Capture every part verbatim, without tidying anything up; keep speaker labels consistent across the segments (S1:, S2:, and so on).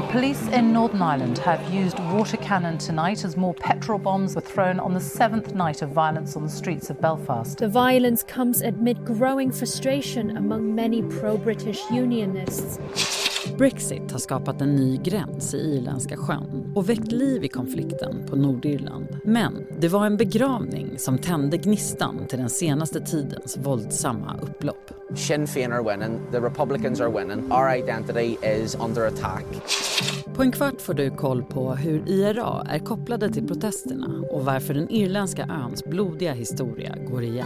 S1: Police in Northern Ireland have used water cannon tonight as more petrol bombs were thrown on the seventh night of violence on the streets of Belfast.
S2: The violence comes amid growing frustration among many pro-British unionists.
S3: Brexit har skapat en ny gräns i Irländska sjön och väckt liv i konflikten på Nordirland. Men det var en begravning som tände gnistan till den senaste tidens våldsamma upplopp.
S4: Sinn Féin are winning, the Republicans are winning, our identity is under attack.
S3: På en kvart får du koll på hur I R A är kopplade till protesterna och varför den irländska öns blodiga historia går igen.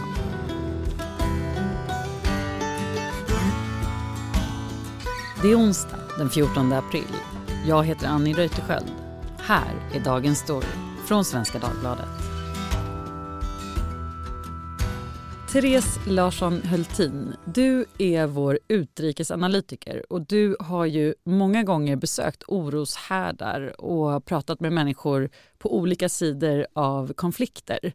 S3: Det är onsdag den fjortonde april. Jag heter Annie Reuterskiöld. Här är dagens story från Svenska Dagbladet. Therese Larsson Hultin, du är vår utrikesanalytiker och du har ju många gånger besökt oroshärdar och pratat med människor på olika sidor av konflikter.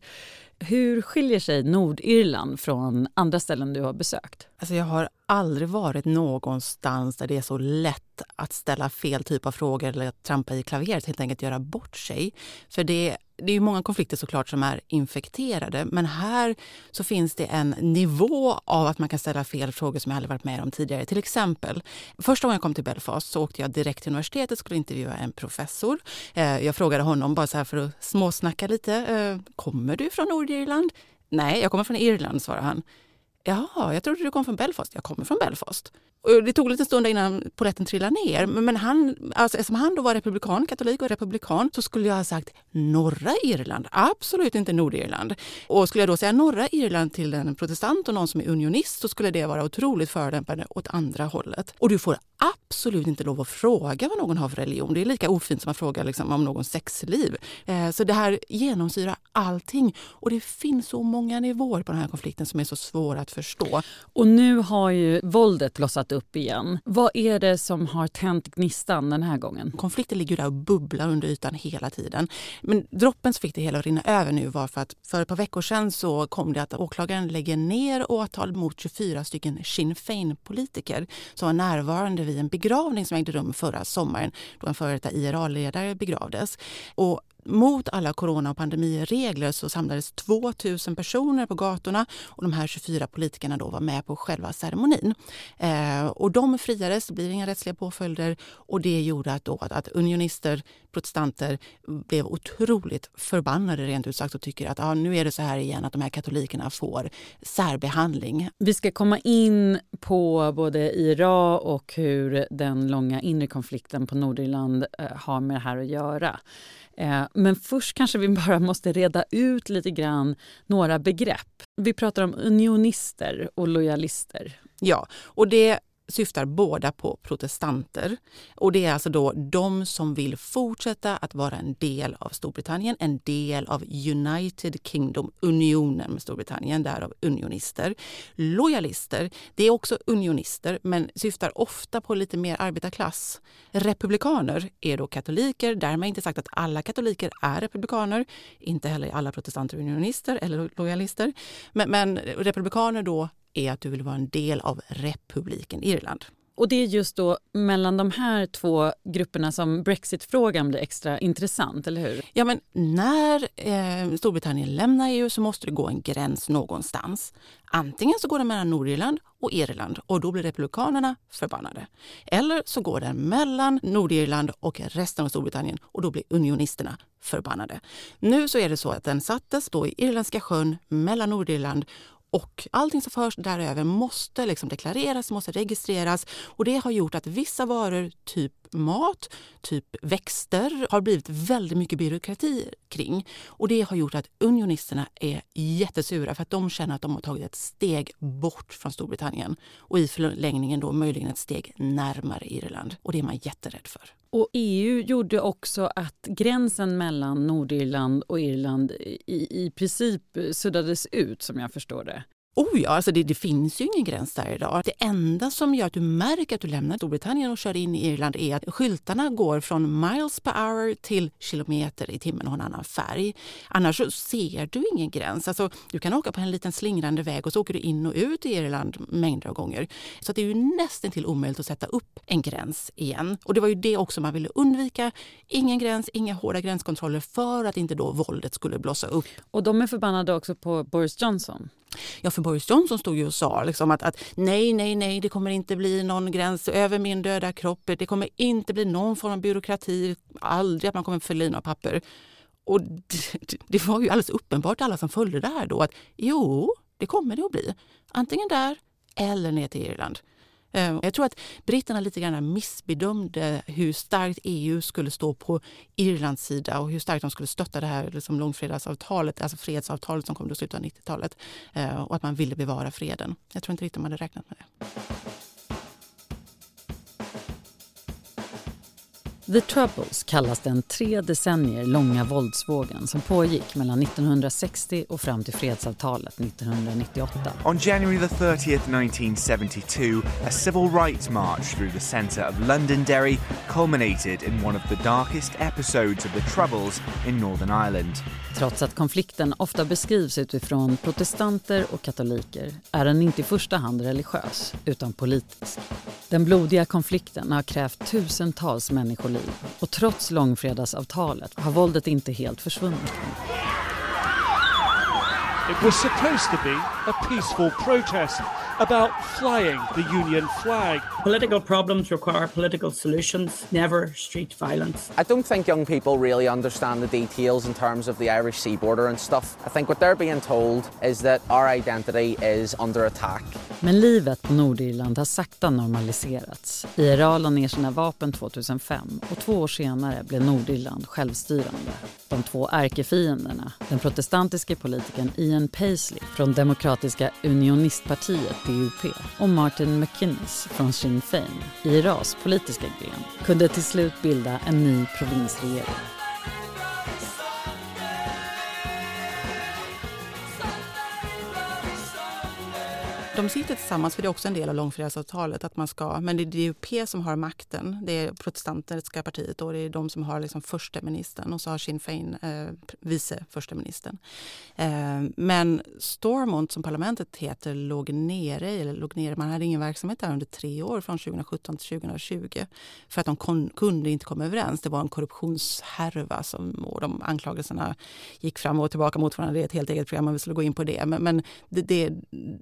S3: Hur skiljer sig Nordirland från andra ställen du har besökt?
S5: Alltså jag har aldrig varit någonstans där det är så lätt att ställa fel typ av frågor eller att trampa i klaveret, helt enkelt göra bort sig. För det, det är ju många konflikter såklart som är infekterade, men här så finns det en nivå av att man kan ställa fel frågor som jag aldrig varit med om tidigare. Till exempel, första gången jag kom till Belfast så åkte jag direkt till universitetet och skulle intervjua en professor. Jag frågade honom bara så här för att småsnacka lite. Kommer du från Nordirland? Nej, jag kommer från Irland, svarade han. Jaha, jag trodde du kom från Belfast. Jag kommer från Belfast. Och det tog lite stund innan polletten trillade ner. Men han, alltså, eftersom han då var republikan, katolik och republikan, så skulle jag ha sagt norra Irland. Absolut inte Nordirland. Och skulle jag då säga norra Irland till en protestant och någon som är unionist, så skulle det vara otroligt förolämpande åt andra hållet. Och du får absolut inte lov att fråga vad någon har för religion. Det är lika ofint som att fråga liksom, om någons sexliv. Eh, så det här genomsyrar allting. Och det finns så många nivåer på den här konflikten som är så svåra att förstå.
S3: Och nu har ju våldet blossat upp igen. Vad är det som har tänt gnistan den här gången?
S5: Konflikten ligger där och bubblar under ytan hela tiden. Men droppen som fick det hela att rinna över nu var för att för ett par veckor sedan så kom det att åklagaren lägger ner åtal mot tjugofyra stycken Sinn Féin-politiker som var närvarande vid en begravning som ägde rum förra sommaren då en före detta I R A-ledare begravdes. Och mot alla corona- och pandemiregler så samlades tvåtusen personer på gatorna och de här tjugofyra politikerna då var med på själva ceremonin. Eh, och de friades, det blir inga rättsliga påföljder och det gjorde att, då, att, att unionister, protestanter blev otroligt förbannade rent ut sagt och tycker att ah, nu är det så här igen att de här katolikerna får särbehandling.
S3: Vi ska komma in på både I R A och hur den långa inre konflikten på Nordirland eh, har med det här att göra. Men först kanske vi bara måste reda ut lite grann några begrepp. Vi pratar om unionister och lojalister.
S5: Ja, och det syftar båda på protestanter. Och det är alltså då de som vill fortsätta att vara en del av Storbritannien, en del av United Kingdom, unionen med Storbritannien, därav unionister. Lojalister, det är också unionister men syftar ofta på lite mer arbetarklass. Republikaner är då katoliker, därmed inte sagt att alla katoliker är republikaner, inte heller alla protestanter unionister eller lojalister. Men, men republikaner då är att du vill vara en del av republiken Irland.
S3: Och det är just då mellan de här två grupperna som Brexit-frågan blir extra intressant, eller hur?
S5: Ja, men när eh, Storbritannien lämnar E U så måste det gå en gräns någonstans. Antingen så går den mellan Nordirland och Irland och då blir republikanerna förbannade. Eller så går den mellan Nordirland och resten av Storbritannien och då blir unionisterna förbannade. Nu så är det så att den sattes då i Irländska sjön mellan Nordirland och allting som förs däröver måste liksom deklareras, måste registreras och det har gjort att vissa varor, typ mat, typ växter, har blivit väldigt mycket byråkrati kring. Och det har gjort att unionisterna är jättesura för att de känner att de har tagit ett steg bort från Storbritannien och i förlängningen då möjligen ett steg närmare Irland. Och det är man jätterädd för.
S3: Och E U gjorde också att gränsen mellan Nordirland och Irland i, i princip suddades ut som jag förstår det.
S5: Oh ja, alltså det, det finns ju ingen gräns där idag. Det enda som gör att du märker att du lämnar Storbritannien och kör in i Irland är att skyltarna går från miles per hour till kilometer i timmen och en annan färg. Annars så ser du ingen gräns. Alltså, du kan åka på en liten slingrande väg och så åker du in och ut i Irland mängder av gånger. Så det är ju nästan till omöjligt att sätta upp en gräns igen. Och det var ju det också man ville undvika. Ingen gräns, inga hårda gränskontroller för att inte då våldet skulle blossa upp.
S3: Och de är förbannade också på Boris Johnson.
S5: Ja, för Boris Johnson stod ju och sa liksom att, att nej, nej, nej, det kommer inte bli någon gräns över min döda kropp. Det kommer inte bli någon form av byråkrati. Aldrig att man kommer fylla i några papper. Och det, det var ju alldeles uppenbart alla som följde det här då att jo, det kommer det att bli. Antingen där eller ner till Irland. Jag tror att britterna lite grann missbedömde hur starkt E U skulle stå på Irlands sida och hur starkt de skulle stötta det här liksom långfredagsavtalet, alltså fredsavtalet som kom i slutet av nittiotalet, och att man ville bevara freden. Jag tror inte riktigt man hade räknat med det.
S3: The Troubles kallas den tre decennier långa våldsvågen som pågick mellan nittonhundrasextio och fram till fredsavtalet nittonhundranittioåtta.
S6: On January the thirtieth, nineteen seventy-two, a civil rights march through the centre of Londonderry culminated in one of the darkest episodes of the Troubles in Northern Ireland.
S3: Trots att konflikten ofta beskrivs utifrån protestanter och katoliker är den inte i första hand religiös utan politisk. Den blodiga konflikten har krävt tusentals människoliv och trots långfredagsavtalet har våldet inte helt försvunnit.
S7: It was supposed to be a peaceful protest about flying the Union flag.
S8: Political problems require political solutions, never street violence.
S4: I don't think young people really understand the details in terms of the Irish sea border and stuff. I think what they're being told is that our identity is under attack.
S3: Men livet på Nordirland har sakta normaliserats. I R A la ner sina vapen tjugohundrafem och två år senare blev Nordirland självstyrande. De två ärkefienderna, den protestantiske politikern Ian Paisley från Demokratiska Unionistpartiet D U P och Martin McInnes från Sinn Féin, I R A:s politiska gren, kunde till slut bilda en ny provinsregering.
S5: De sitter tillsammans, för det är också en del av långfredagsavtalet att man ska, men det är D U P som har makten, det är protestantiska partiet och det är de som har liksom första ministern och så har Sinn Féin eh, vice första ministern. Eh, men Stormont som parlamentet heter låg nere, eller låg nere, man hade ingen verksamhet där under tre år från tjugosjutton till tjugotjugo för att de kon, kunde inte komma överens. Det var en korruptionshärva som, och de anklagelserna gick fram och tillbaka mot varandra. Det är ett helt eget program om vi skulle gå in på det. Men, men det, det,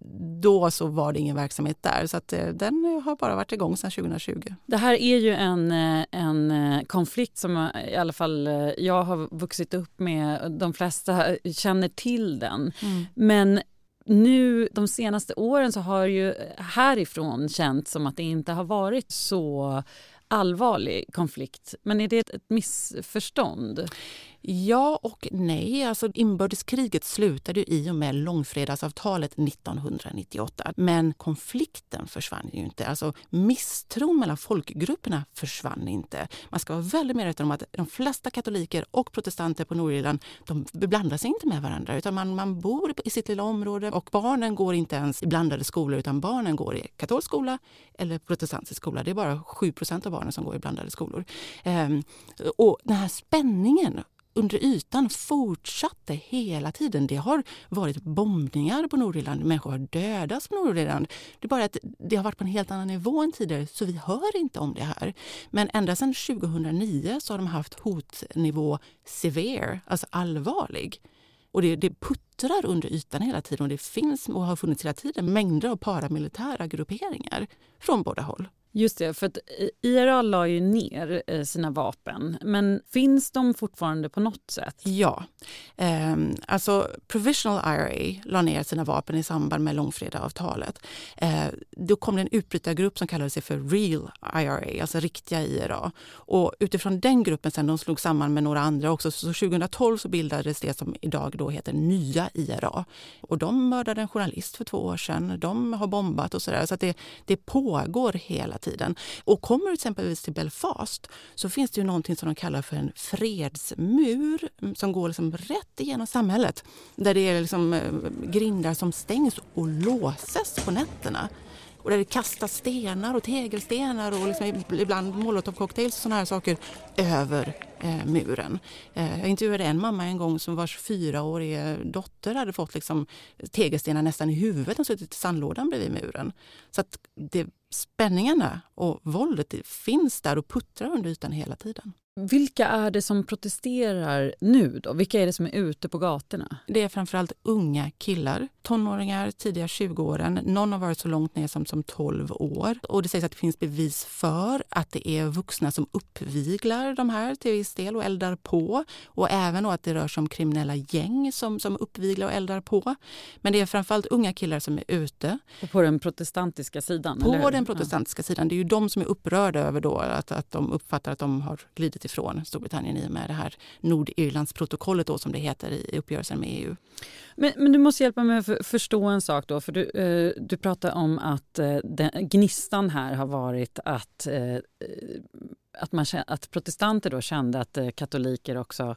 S5: då så var det ingen verksamhet där. Så att, den har bara varit igång sedan tjugotjugo.
S3: Det här är ju en, en konflikt som i alla fall jag har vuxit upp med. De flesta känner till den. Mm. Men nu de senaste åren så har ju härifrån känt som att det inte har varit så allvarlig konflikt. Men är det ett missförstånd?
S5: Ja och nej. Alltså inbördeskriget slutade ju i och med långfredagsavtalet nittonhundranittioåtta. Men konflikten försvann ju inte. Alltså misstron mellan folkgrupperna försvann inte. Man ska vara väldigt medveten om att de flesta katoliker och protestanter på Nordirland, de blandar sig inte med varandra. Utan man, man bor i sitt lilla område och barnen går inte ens i blandade skolor utan barnen går i katolsk skola eller protestantisk skola. Det är bara sju procent av barnen som går i blandade skolor. Ehm, och den här spänningen under ytan fortsatte hela tiden. Det har varit bombningar på Nordirland. Människor har dödats på Nordirland. Det är bara att det har varit på en helt annan nivå än tidigare så vi hör inte om det här. Men ända sedan tjugohundranio så har de haft hotnivå severe, alltså allvarlig. Och det, det puttrar under ytan hela tiden och det finns och har funnits hela tiden mängder av paramilitära grupperingar från båda håll.
S3: Just det, för att I R A la ju ner sina vapen. Men finns de fortfarande på något sätt?
S5: Ja, eh, alltså Provisional I R A la ner sina vapen i samband med långfredagsavtalet. Eh, då kom det en utbrytargrupp som kallade sig för Real I R A, alltså riktiga I R A. Och utifrån den gruppen sen, de slog samman med några andra också. Så tjugotolv så bildades det som idag då heter Nya I R A. Och de mördade en journalist för två år sedan. De har bombat och sådär. Så att det, det pågår hela hela tiden. Och kommer du exempelvis till Belfast så finns det ju någonting som de kallar för en fredsmur som går liksom rätt igenom samhället. Där det är liksom grindar som stängs och låses på nätterna. Och där det kastas stenar och tegelstenar och liksom ibland molotovcocktails och såna här saker över eh, muren. Eh, jag intervjuade en mamma en gång som vars fyraåriga dotter hade fått liksom tegelstenar nästan i huvudet och suttit i sandlådan bredvid muren. Så att det, spänningarna och våldet finns där och puttrar under ytan hela tiden.
S3: Vilka är det som protesterar nu då? Vilka är det som är ute på gatorna?
S5: Det är framförallt unga killar, tonåringar, tidiga tjugo-åren. Någon har varit så långt ner som, som tolv år. Och det sägs att det finns bevis för att det är vuxna som uppviglar de här till viss del och eldar på. Och även då att det rör sig om kriminella gäng som, som uppviglar och eldar på. Men det är framförallt unga killar som är ute.
S3: Och på den protestantiska sidan?
S5: På
S3: eller?
S5: den protestantiska ja. sidan. Det är ju de som är upprörda över då att, att de uppfattar att de har glidit ifrån Storbritannien i med det här Nordirlandsprotokollet då, som det heter i uppgörelsen med E U.
S3: Men, men du måste hjälpa mig att förstå en sak då, för du, eh, du pratar om att eh, den, gnistan här har varit att eh, Att, man, att protestanter då kände att eh, katoliker också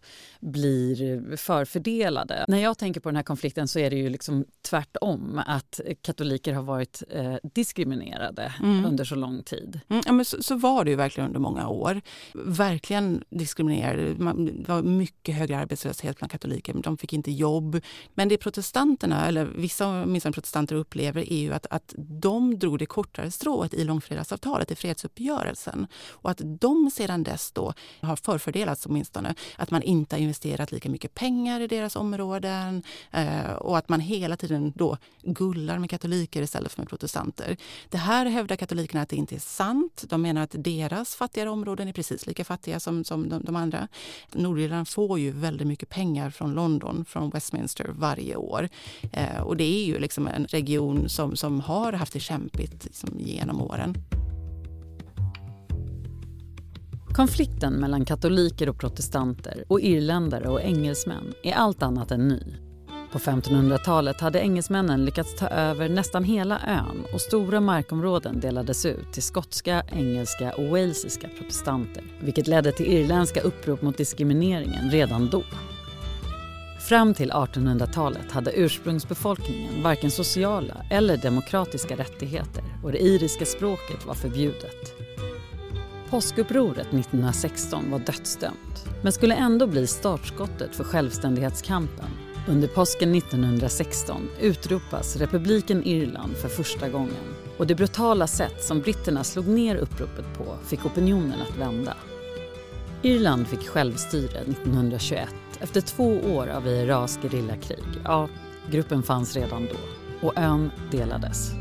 S3: blir förfördelade. När jag tänker på den här konflikten så är det ju liksom tvärtom, att katoliker har varit eh, diskriminerade mm. under så lång tid.
S5: Mm, ja, men så, så var det ju verkligen under många år. Verkligen diskriminerade. Man, det var mycket högre arbetslöshet bland katoliker. De fick inte jobb. Men det protestanterna, eller vissa minst protestanter upplever, är ju att, att de drog det kortare strået i långfredagsavtalet, i fredsuppgörelsen. Och att de sedan dess då har förfördelats åtminstone. Att man inte har investerat lika mycket pengar i deras områden eh, och att man hela tiden då gullar med katoliker istället för med protestanter. Det här hävdar katolikerna att det inte är sant. De menar att deras fattigare områden är precis lika fattiga som, som de, de andra. Nordirland får ju väldigt mycket pengar från London, från Westminster varje år. Eh, och det är ju liksom en region som, som har haft det kämpigt liksom, genom åren.
S3: Konflikten mellan katoliker och protestanter och irländare och engelsmän är allt annat än ny. På femtonhundratalet hade engelsmännen lyckats ta över nästan hela ön och stora markområden delades ut till skotska, engelska och walesiska protestanter, vilket ledde till irländska upprop mot diskrimineringen redan då. Fram till artonhundratalet hade ursprungsbefolkningen varken sociala eller demokratiska rättigheter och det iriska språket var förbjudet. Påskupproret nittonhundrasexton var dödsdömt, men skulle ändå bli startskottet för självständighetskampen. Under påsken nittonhundrasexton utropas republiken Irland för första gången. Och det brutala sätt som britterna slog ner uppropet på fick opinionen att vända. Irland fick självstyre nittonhundratjugoett efter två år av I R A:s gerillakrig. Ja, gruppen fanns redan då. Och ön delades.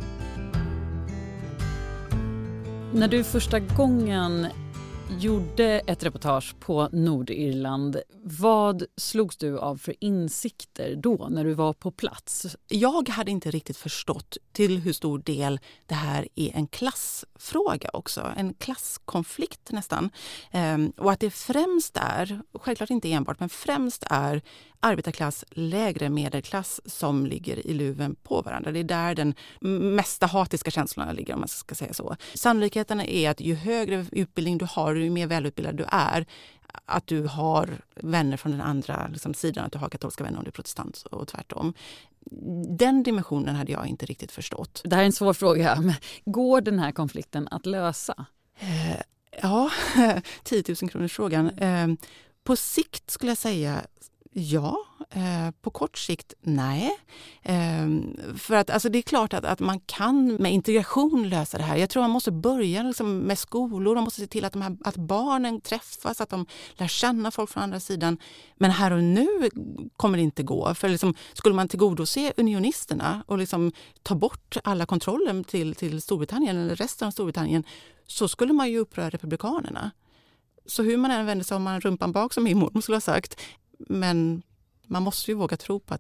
S3: När du första gången gjorde ett reportage på Nordirland, vad slogs du av för insikter då när du var på plats?
S5: Jag hade inte riktigt förstått till hur stor del det här är en klassfråga också. En klasskonflikt nästan. Ehm, och att det främst är, självklart inte enbart, men främst är arbetarklass, lägre medelklass som ligger i luven på varandra. Det är där den mesta hatiska känslorna ligger, om man ska säga så. Sannolikheten är att ju högre utbildning du har, ju mer välutbildad du är, att du har vänner från den andra liksom, sidan, att du har katolska vänner om du är protestant och tvärtom. Den dimensionen hade jag inte riktigt förstått.
S3: Det här är en svår fråga. Går den här konflikten att lösa?
S5: Eh, ja, tio tusen kronors frågan. Eh, på sikt skulle jag säga ja, eh, på kort sikt nej. Eh, för att alltså, det är klart att, att man kan med integration lösa det här. Jag tror man måste börja liksom, med skolor. Man måste se till att, de här, att barnen träffas, att de lär känna folk från andra sidan. Men här och nu kommer det inte gå. För liksom, skulle man tillgodose unionisterna och liksom, ta bort alla kontroller till, till Storbritannien eller resten av Storbritannien, så skulle man ju uppröra republikanerna. Så hur man än vänder sig om man rumpan bak, som min mormor skulle ha sagt. Men man måste ju våga tro på att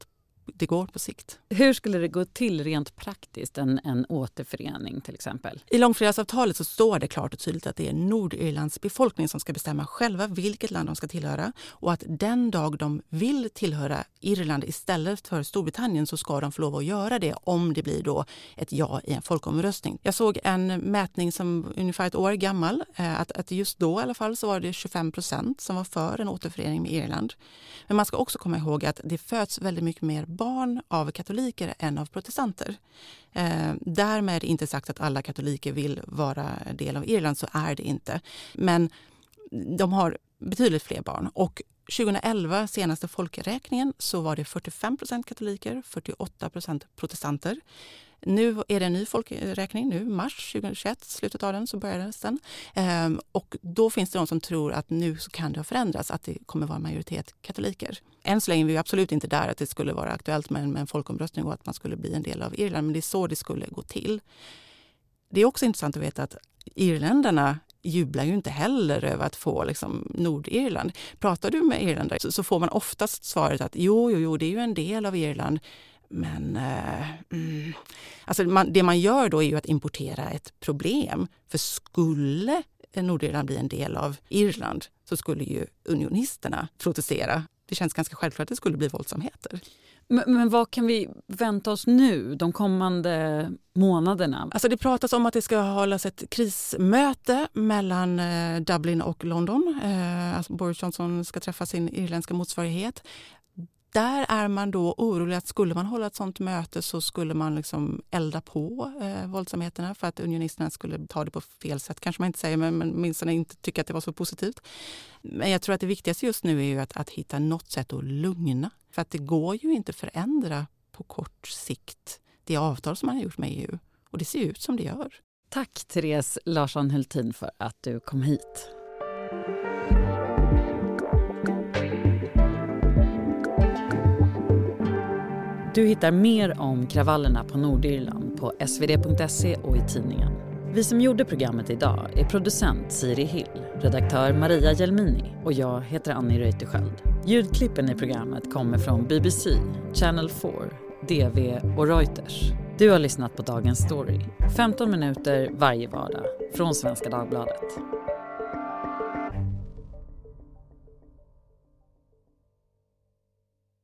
S5: det går på sikt.
S3: Hur skulle det gå till rent praktiskt, en, en återförening till exempel?
S5: I långfredagsavtalet så står det klart och tydligt att det är Nordirlands befolkning som ska bestämma själva vilket land de ska tillhöra, och att den dag de vill tillhöra Irland istället för Storbritannien så ska de få lov att göra det om det blir då ett ja i en folkomröstning. Jag såg en mätning som ungefär ett år gammal, att, att just då i alla fall så var det tjugofem procent som var för en återförening med Irland. Men man ska också komma ihåg att det föds väldigt mycket mer barn av katoliker än av protestanter. Eh, därmed inte sagt att alla katoliker vill vara del av Irland, så är det inte. Men de har betydligt fler barn, och tjugoelva, senaste folkräkningen, så var det fyrtiofem procent katoliker, fyrtioåtta procent protestanter. Nu är det en ny folkräkning, nu mars tjugohundratjugoett, slutet av den så började den. Ehm, och då finns det de som tror att nu så kan det ha förändrats, att det kommer vara majoritet katoliker. Än så länge är vi absolut inte där att det skulle vara aktuellt med en, med en folkomröstning och att man skulle bli en del av Irland, men det är så det skulle gå till. Det är också intressant att veta att irländarna jublar ju inte heller över att få liksom Nordirland. Pratar du med irländare så, så får man oftast svaret att jo, jo, jo, det är ju en del av Irland. Men eh, mm, alltså man, det man gör då är ju att importera ett problem. För skulle Nordirland bli en del av Irland så skulle ju unionisterna protestera. Det känns ganska självklart att det skulle bli våldsamheter.
S3: Men, men vad kan vi vänta oss nu de kommande månaderna?
S5: Alltså det pratas om att det ska hållas ett krismöte mellan eh, Dublin och London. Eh, alltså Boris Johnson ska träffa sin irländska motsvarighet. Där är man då orolig att skulle man hålla ett sånt möte så skulle man liksom elda på eh, våldsamheterna för att unionisterna skulle ta det på fel sätt. Kanske man inte säger, men, men minst inte tycker att det var så positivt. Men jag tror att det viktigaste just nu är ju att, att hitta något sätt att lugna. För att det går ju inte förändra på kort sikt det avtal som man har gjort med E U. Och det ser ut som det gör.
S3: Tack Therese Larsson Hultin för att du kom hit. Du hittar mer om kravallerna på Nordirland på s v d punkt se och i tidningen. Vi som gjorde programmet idag är producent Siri Hill, redaktör Maria Gelmini och jag heter Annie Reuterskiöld. Ljudklippen i programmet kommer från B B C, Channel fyra, D V och Reuters. Du har lyssnat på Dagens Story. femton minuter varje vardag från Svenska Dagbladet.